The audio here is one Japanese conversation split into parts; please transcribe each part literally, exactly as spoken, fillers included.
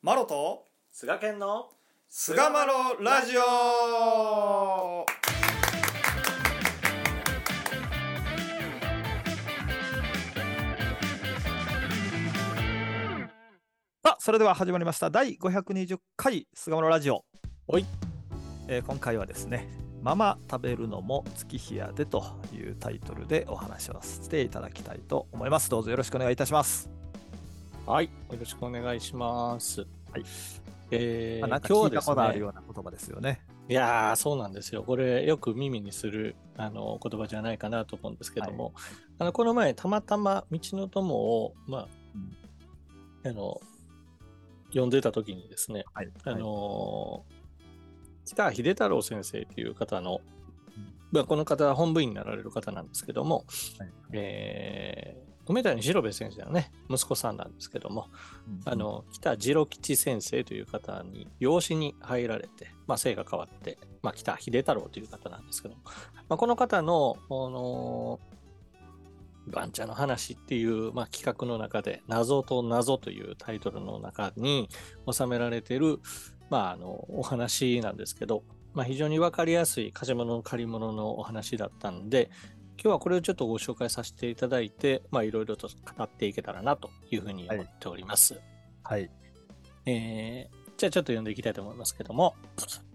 マロと菅健の菅マロラジオ。さあ、それでは始まりましただいごひゃくにじゅっかい菅マロラジオ。 おい、 えー今回はですね、ママ食べるのも月日やでというタイトルでお話をさせていただきたいと思います。どうぞよろしくお願いいたします。 はい、よろしくお願いします。 はい。 えー、 まあ、なんか聞いた今日はですね、 ことあるような言葉ですよね。 いやー、そうなんですよ。これよく耳にするあの言葉じゃないかなと思うんですけども、あのこの前たまたま道の友をまあ、あの読んでた時にですね、 はい。 あの北秀太郎先生という方の、まあ、この方は本部員になられる方なんですけども、 はいえー梅谷次郎兵衛先生のね息子さんなんですけども、 うんあの北次郎吉先生という方に養子に入られて、まあ、姓が変わって、まあ、北秀太郎という方なんですけども、まあ、この方の、あの番茶の話っていう、まあ、企画の中で謎と謎というタイトルの中に収められている、まあ、あのお話なんですけど、まあ、非常に分かりやすい貸し物の借り物のお話だったんで、今日はこれをちょっとご紹介させていただいて、まあいろいろと語っていけたらなというふうに思っております。 はい。 えー、じゃあちょっと読んでいきたいと思いますけども、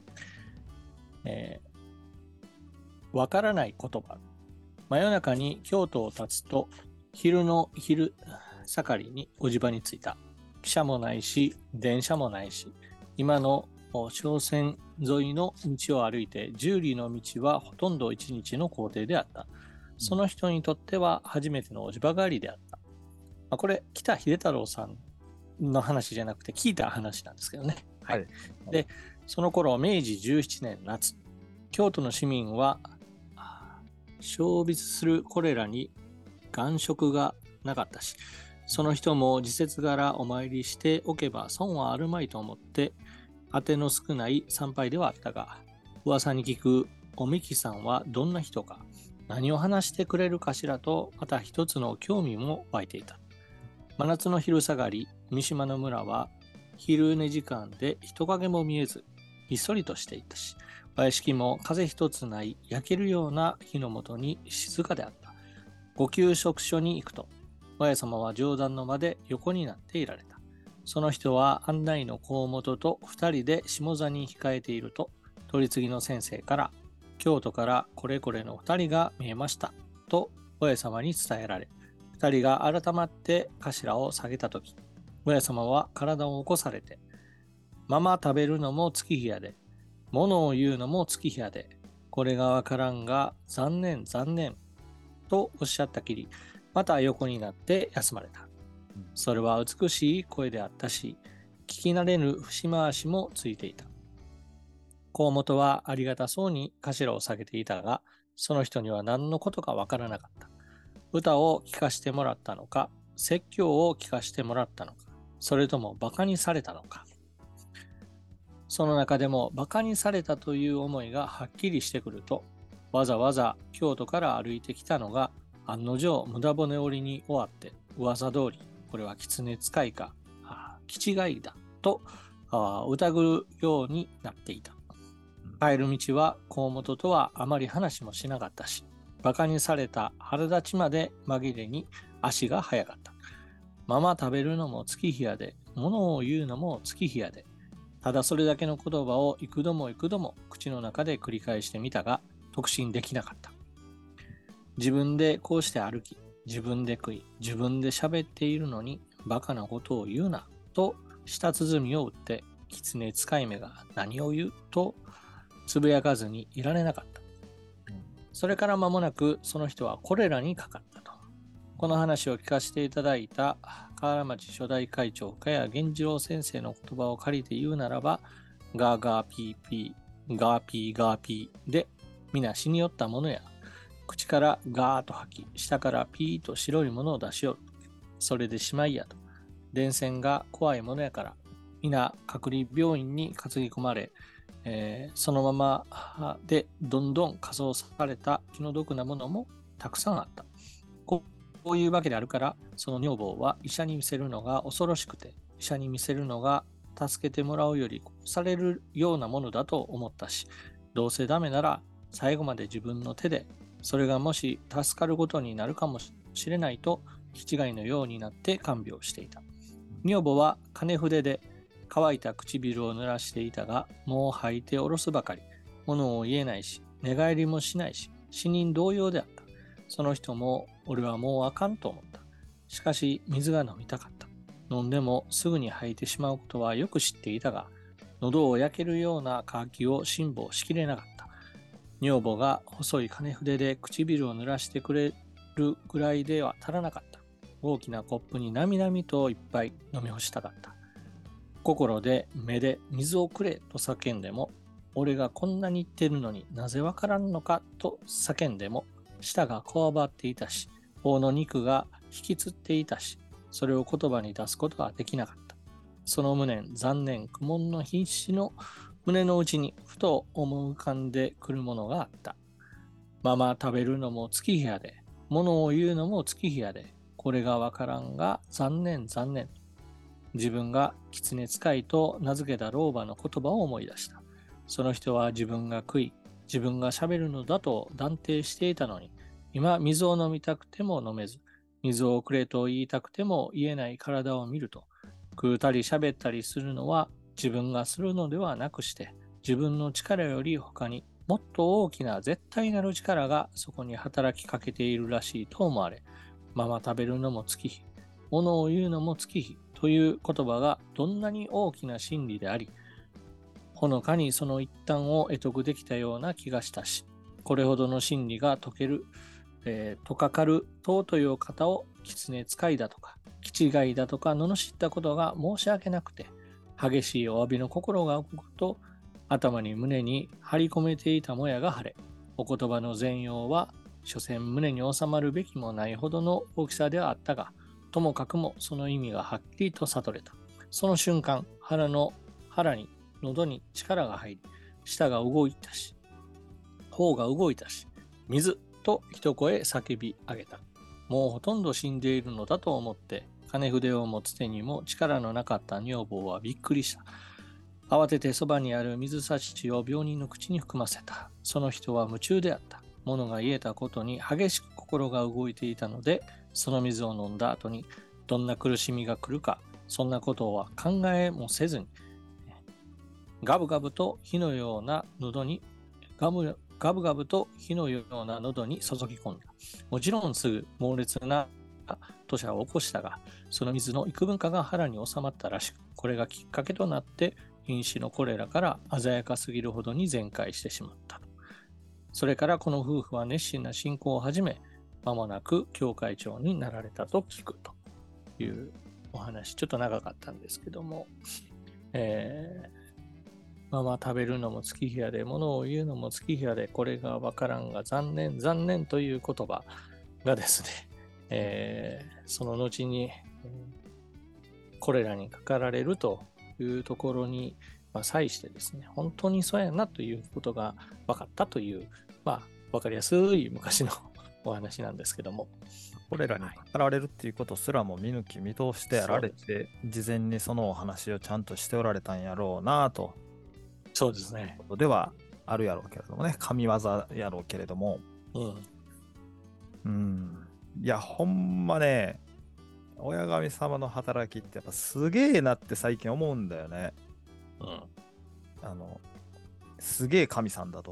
えー、わからない言葉。真夜中に京都を立つと、昼の昼盛りにおじ場に着いた。汽車もないし、電車もないし、今の商船沿いの道を歩いて、十里の道はほとんど一日の行程であった。その人にとっては初めてのおじ場帰りであった。まあ、これ、北秀太郎さんの話じゃなくて聞いた話なんですけどね。はい。はい、で、その頃、めいじじゅうななねん夏、京都の市民は、消滅するコレラに眼色がなかったし、その人も時節柄お参りしておけば損はあるまいと思って、当ての少ない参拝ではあったが、噂に聞くおみきさんはどんな人か、何を話してくれるかしらと、また一つの興味も湧いていた。真夏の昼下がり、三島の村は昼寝時間で人影も見えず、ひっそりとしていたし、お屋敷も風一つない焼けるような火の下に静かであった。ご給食所に行くと、親様は上段の間で横になっていられた。その人は案内の河本と二人で下座に控えていると、取り次ぎの先生から、京都からこれこれの二人が見えましたと親様に伝えられ、二人が改まって頭を下げたとき、親様は体を起こされて、ママ食べるのも月日やで、物を言うのも月日やで、これがわからんが残念残念とおっしゃったきり、また横になって休まれた。それは美しい声であったし、聞き慣れぬ節回しもついていた。河本はありがたそうに頭を下げていたが、その人には何のことかわからなかった。歌を聴かせてもらったのか、説教を聞かせてもらったのか、それとも馬鹿にされたのか。その中でも馬鹿にされたという思いがはっきりしてくると、わざわざ京都から歩いてきたのが案の定無駄骨折りに終わって、噂通りこれは狐使いか気違いだと疑うようになっていた。帰る道は河本とはあまり話もしなかったし、馬鹿にされた腹立ちまで紛れに足が速かった。ママ食べるのも月日やで、物を言うのも月日やで。ただそれだけの言葉を幾度も幾度も口の中で繰り返してみたが、得心できなかった。自分でこうして歩き、自分で食い、自分で喋っているのにバカなことを言うなと舌鼓を打って、狐使い目が何を言うとつぶやかずにいられなかった。それから間もなくその人はコレラにかかったと。この話を聞かせていただいた河原町初代会長加谷源次郎先生の言葉を借りて言うならば、ガーガーピーピー、ガーピーガーピーで皆死によったものや、口からガーと吐き、下からピーと白いものを出しよる。それでしまいやと。伝染が怖いものやから、皆隔離病院に担ぎ込まれ、えー、そのままでどんどん火葬された気の毒なものもたくさんあった。こういうわけであるから、その女房は医者に見せるのが恐ろしくて、医者に見せるのが助けてもらうより殺されるようなものだと思ったし、どうせダメなら最後まで自分の手で、それがもし助かることになるかもしれないと、気違いのようになって看病していた。女房は金筆で乾いた唇を濡らしていたが、もう吐いておろすばかり。物を言えないし、寝返りもしないし、死人同様であった。その人も、俺はもうあかんと思った。しかし、水が飲みたかった。飲んでもすぐに吐いてしまうことはよく知っていたが、喉を焼けるような渇きを辛抱しきれなかった。女房が細い金筆で唇を濡らしてくれるぐらいでは足らなかった。大きなコップになみなみといっぱい飲み干したかった。心で目で水をくれと叫んでも、俺がこんなに言ってるのになぜわからんのかと叫んでも、舌がこわばっていたし、頬の肉が引きつっていたし、それを言葉に出すことができなかった。その無念、残念、苦悶の必死の胸の内にふと思い浮かんでくるものがあった。まま食べるのも月日やで、物を言うのも月日やで、これがわからんが残念残念。自分が狐使いと名付けた老婆の言葉を思い出した。その人は自分が食い、自分が喋るのだと断定していたのに、今水を飲みたくても飲めず、水をくれと言いたくても言えない体を見ると、食うたり喋ったりするのは自分がするのではなくして、自分の力より他にもっと大きな絶対なる力がそこに働きかけているらしいと思われ、まま食べるのも月日、物を言うのも月日という言葉がどんなに大きな真理であり、ほのかにその一端を得得できたような気がしたし、これほどの真理が解ける、えー、とかかる尊いお方を狐使いだとか、気違いだとか罵ったことが申し訳なくて、激しいお詫びの心が動くと、頭に胸に張り込めていたもやが晴れ、お言葉の全容は、所詮胸に収まるべきもないほどの大きさではあったが、ともかくもその意味がはっきりと悟れた。その瞬間、腹の腹に喉に力が入り、舌が動いたし、頬が動いたし、水と一声叫び上げた。もうほとんど死んでいるのだと思って、金筆を持つ手にも力のなかった女房はびっくりした。慌ててそばにある水差しを病人の口に含ませた。その人は夢中であった。物が言えたことに激しく心が動いていたので、その水を飲んだ後にどんな苦しみが来るか、そんなことは考えもせずに、ガブガブと火のような喉にガブガブガブと火のような喉に注ぎ込んだ。もちろんすぐ猛烈な吐射を起こしたが、その水の幾分かが腹に収まったらしく、これがきっかけとなって瀕死のコレラから鮮やかすぎるほどに全壊してしまった。それからこの夫婦は熱心な信仰を始め、間もなく教会長になられたと聞くというお話。ちょっと長かったんですけども、えーまあまあ食べるのも月日やで、物を言うのも月日やで、これがわからんが残念、残念という言葉がですね、えー、その後に、これらにかかられるというところに、まあ、際してですね、本当にそうやなということが分かったという、まあ、分かりやすい昔のお話なんですけども。 これらにかかられるっていうことすらも見抜き見通してやられて、事前にそのお話をちゃんとしておられたんやろうなと。 そうですね。 ことではあるやろうけれどもね、神業やろうけれども。 うん。 うん。いや、ほんまね、親神様の働きってやっぱすげえなって最近思うんだよね。 うん。 あの、すげえ神さんだと。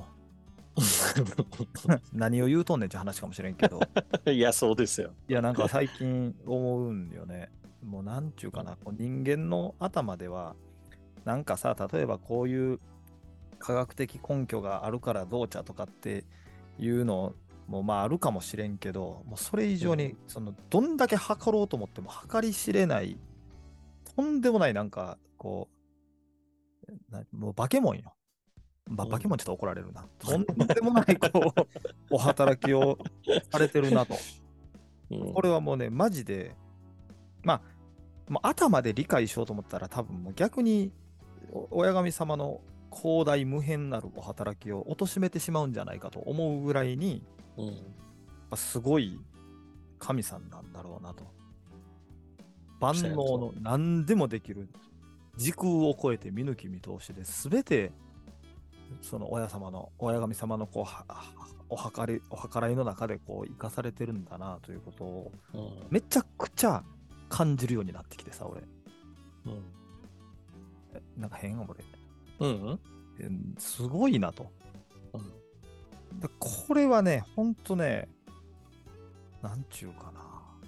何を言うとんねんって話かもしれんけど。 いや、そうですよ。 いや、なんか最近思うんよね。もうなんちゅうかな、こう人間の頭では、なんかさ、例えばこういう科学的根拠があるからどうちゃとかっていうのもまああるかもしれんけど、もうそれ以上にそのどんだけ測ろうと思っても測り知れない、とんでもないなんかこう、なもう化け物よ。まあ、化け物ちょっと怒られるな。とんでもないこうお働きをされてるなと。これはもうね、マジで、まあ、もう頭で理解しようと思ったら多分もう逆に親神様の広大無辺なるお働きを貶めてしまうんじゃないかと思うぐらいに、うん、やっぱすごい神さんなんだろうなと。万能の何でもできる時空を超えて見抜き見通しで全てその親様の親神様のこうはおはかりお計らいの中でこう生かされてるんだなということをうんめちゃくちゃ感じるようになってきてさ俺うんえなんか変俺うんえすごいなとうんでこれはねほんとねなんちゅうかな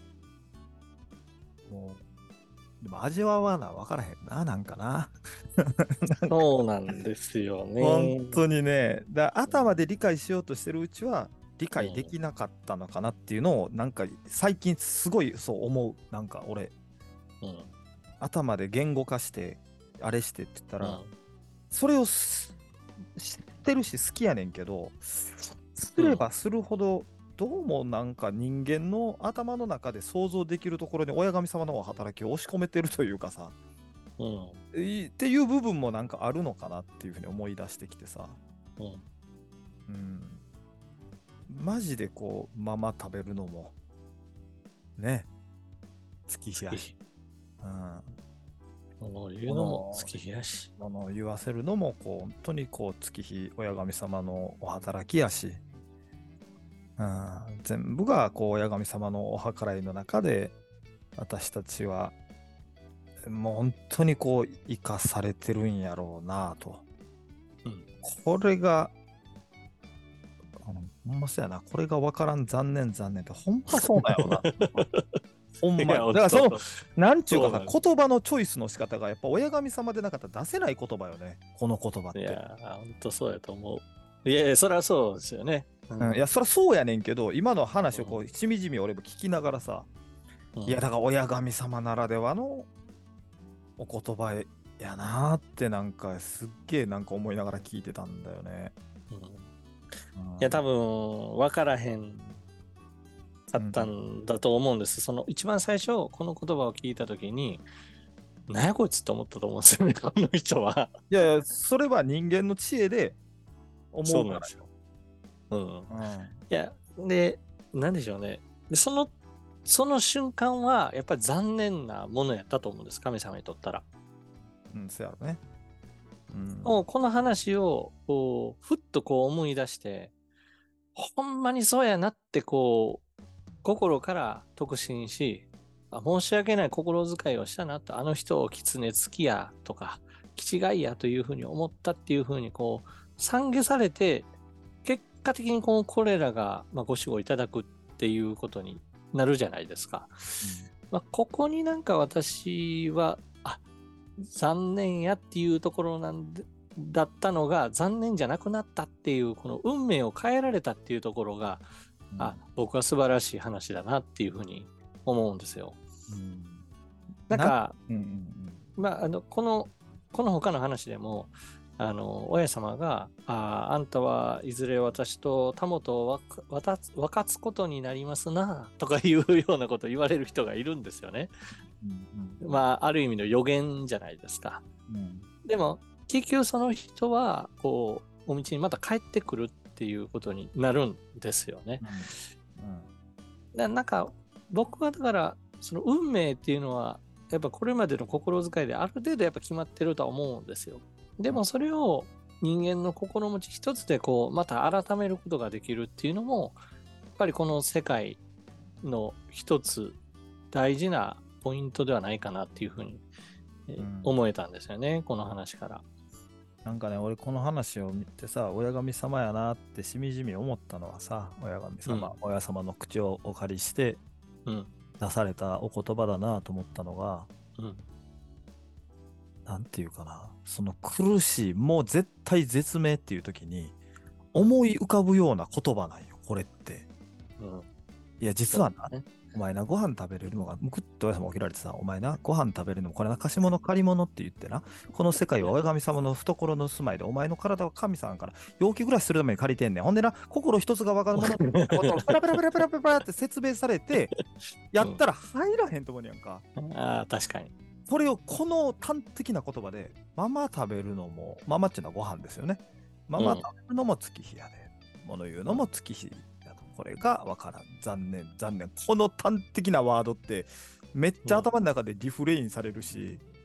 もうでも味わわな分からへんななんかなそうなんですよね。 本当にねだ頭で理解しようとしてるうちは理解できなかったのかなっていうのをなんか最近すごいそう思うなんか俺うん頭で言語化してあれしてって言ったら、 うんそれをす知ってるし好きやねんけどすればするほどどうもなんか人間の頭の中で想像できるところに親神様の働きを押し込めてるというかさうんいっていう部分もなんかあるのかなっていうふうに思い出してきてさうんうんマジでこうまま食べるのもね月日やし、うんもう言うのも月日やし。 ものを言わせるのもこう本当にこう月日親神様のお働きやし、うん、全部がこう親神様のお計らいの中で私たちはもう本当にこう生かされてるんやろうなと、 うん、 これがあのほんまそうやなこれが分からん残念残念ってほんまそうだよなほんまにだからそのなんちゅうかさ言葉のチョイスの仕方がやっぱ親神様でなかったら出せない言葉よねこの言葉って。 いやほんとそうやと思う。いやいやそりゃそうですよね。 うんうん、いやそりゃそうやねんけど今の話をこうしみじみ俺も聞きながらさ、うん、いやだから親神様ならではのお言葉やなってなんかすっげえなんか思いながら聞いてたんだよね。 うんうん、いや多分分からへんかったんだと思うんです、うん、その一番最初この言葉を聞いた時に何やこいつって思ったと思うんですよねこの人は。 いやいやそれは人間の知恵で思うからよ。 うん、うん、いやで何でしょうねでそのその瞬間はやっぱり残念なものやったと思うんです神様にとったら。 うんそうやろね。 うん、もうこの話をこうふっとこう思い出してほんまにそうやなってこう心から特進しあ申し訳ない心遣いをしたなとあの人を狐好きやとか気違いやというふうに思ったっていうふうにこう懺悔されて結果的にこのこれらがまあご守護いただくっていうことになるじゃないですか。うんまあ、ここになんか私はあ残念やっていうところなんでだったのが残念じゃなくなったっていうこの運命を変えられたっていうところが、うん、あ僕は素晴らしい話だなっていうふうに思うんですよ。うん、なんか、うんうんうん、まああのこのこの他の話でもあの親様がああんたはいずれ私とタモと分かつことになりますなとかいうようなことを言われる人がいるんですよね。うんうん、まあある意味の予言じゃないですか。うん、でも結局その人はこうお道にまた帰ってくるっていうことになるんですよね。うんうん、だなんか僕はだからその運命っていうのはやっぱこれまでの心遣いである程度やっぱ決まってるとは思うんですよ。でもそれを人間の心持ち一つでこうまた改めることができるっていうのもやっぱりこの世界の一つ大事なポイントではないかなっていうふうに思えたんですよね、うん、この話から。 なんかね俺この話を見てさ親神様やなってしみじみ思ったのはさ親神様、うん、親様の口をお借りして出されたお言葉だなと思ったのが、うんなんていうかな、その苦しい、もう絶対絶命っていう時に思い浮かぶような言葉なんよ、これって。うん、いや、実はな、ね、お前な、ご飯食べれるのが、むくっと親様起きられてさ、お前な、ご飯食べるのも、これな、貸し物借り物って言ってな、この世界は親神様の懐の住まいで、お前の体は神さんから陽気暮らしするために借りてんねん。ほんでな、心一つが分かるものってことをペラペラペラペラペラペラって説明されて、やったら入らへんと思うねやんか。 うん、ああ、確かに。 それをこの端的な言葉で、ママ食べるのも、ママっていうのはご飯ですよね。ママ食べるのも月日やで。うん、物言うのも月日やと。これがわからん。残念、残念。この端的なワードって、めっちゃ頭の中でリフレインされるし、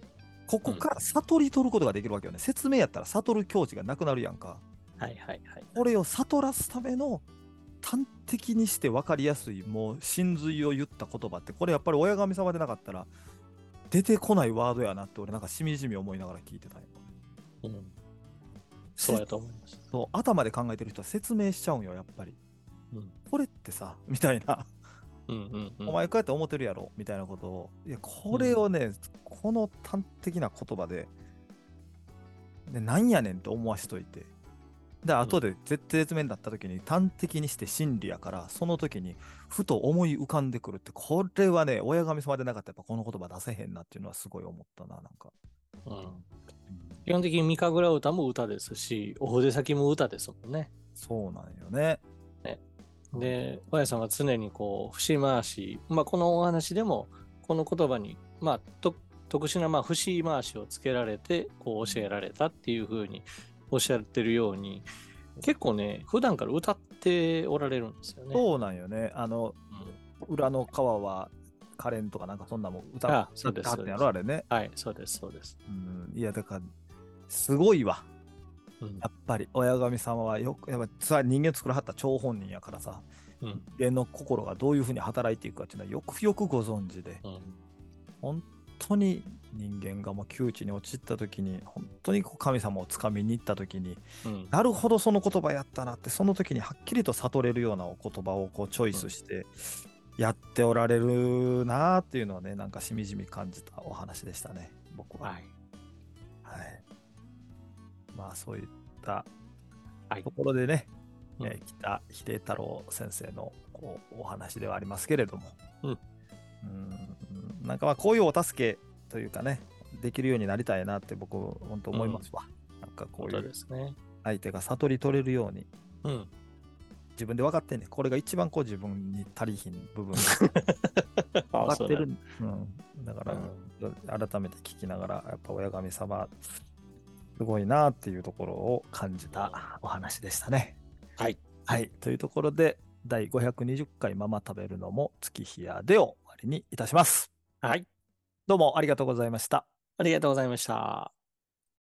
ここから悟り取ることができるわけよね。説明やったら悟る境地がなくなるやんか。 はいはいはい。 これを悟らすための端的にして分かりやすい、もう真髄を言った言葉って、これやっぱり親神様でなかったら出てこないワードやなって俺なんかしみじみ思いながら聞いてたんよ。 うん。そうやと思います。 そう、頭で考えてる人は説明しちゃうんよ、やっぱり。 うん。 これってさ、みたいな。 うんうんうん。 お前こうやって思ってるやろみたいなことを、いや、これをね、うん、この端的な言葉で、でなんやねんと思わしといて、で、後で絶対絶命になった時に端的にして真理やから、その時にふと思い浮かんでくるって、これはね、親神様でなかったらやっぱこの言葉出せへんなっていうのはすごい思ったな、なんか。 うん、基本的に三神楽歌も歌ですし、お筆先も歌ですもんね。 そうなんよね。 ねで、親さんは常にこう節回し、まあ、このお話でもこの言葉に、まあ、と特殊なまあ節回しをつけられてこう教えられたっていうふうにおっしゃってるように、結構ね普段から歌っておられるんですよね。 そうなんよね。あの、うん、裏の川は可憐とかなんかそんなもん歌ってはってやろあれね。 はい、そうですそうです。 うん、いやだからすごいわ。うん、やっぱり親神様はよくやっぱ人間作らはった張本人やからさ、うん、人間の心がどういうふうに働いていくかっていうのはよくよくご存知で、うん、本当に人間がもう窮地に陥った時に本当にこう神様をつかみに行った時に、うん、なるほどその言葉やったなってその時にはっきりと悟れるようなお言葉をこうチョイスしてやっておられるなっていうのはね、なんかしみじみ感じたお話でしたね、僕は。はい。はい、まあそういったところでね、はい、えー、北秀太郎先生のこうお話ではありますけれども、うん、うんなんかまあこういうお助けというかね、できるようになりたいなって僕本当思いますわ。うん、なんかこういう相手が悟り取れるように、うん、自分で分かってんね。これが一番こう自分に足りひん部分が分かってる。うん、だから、うん、改めて聞きながらやっぱ親神様すごいなっていうところを感じたお話でしたね。はい。はい。というところで、だいごひゃくにじゅっかいママ食べるのも月日やでを終わりにいたします。はい。どうもありがとうございました。 ありがとうございました。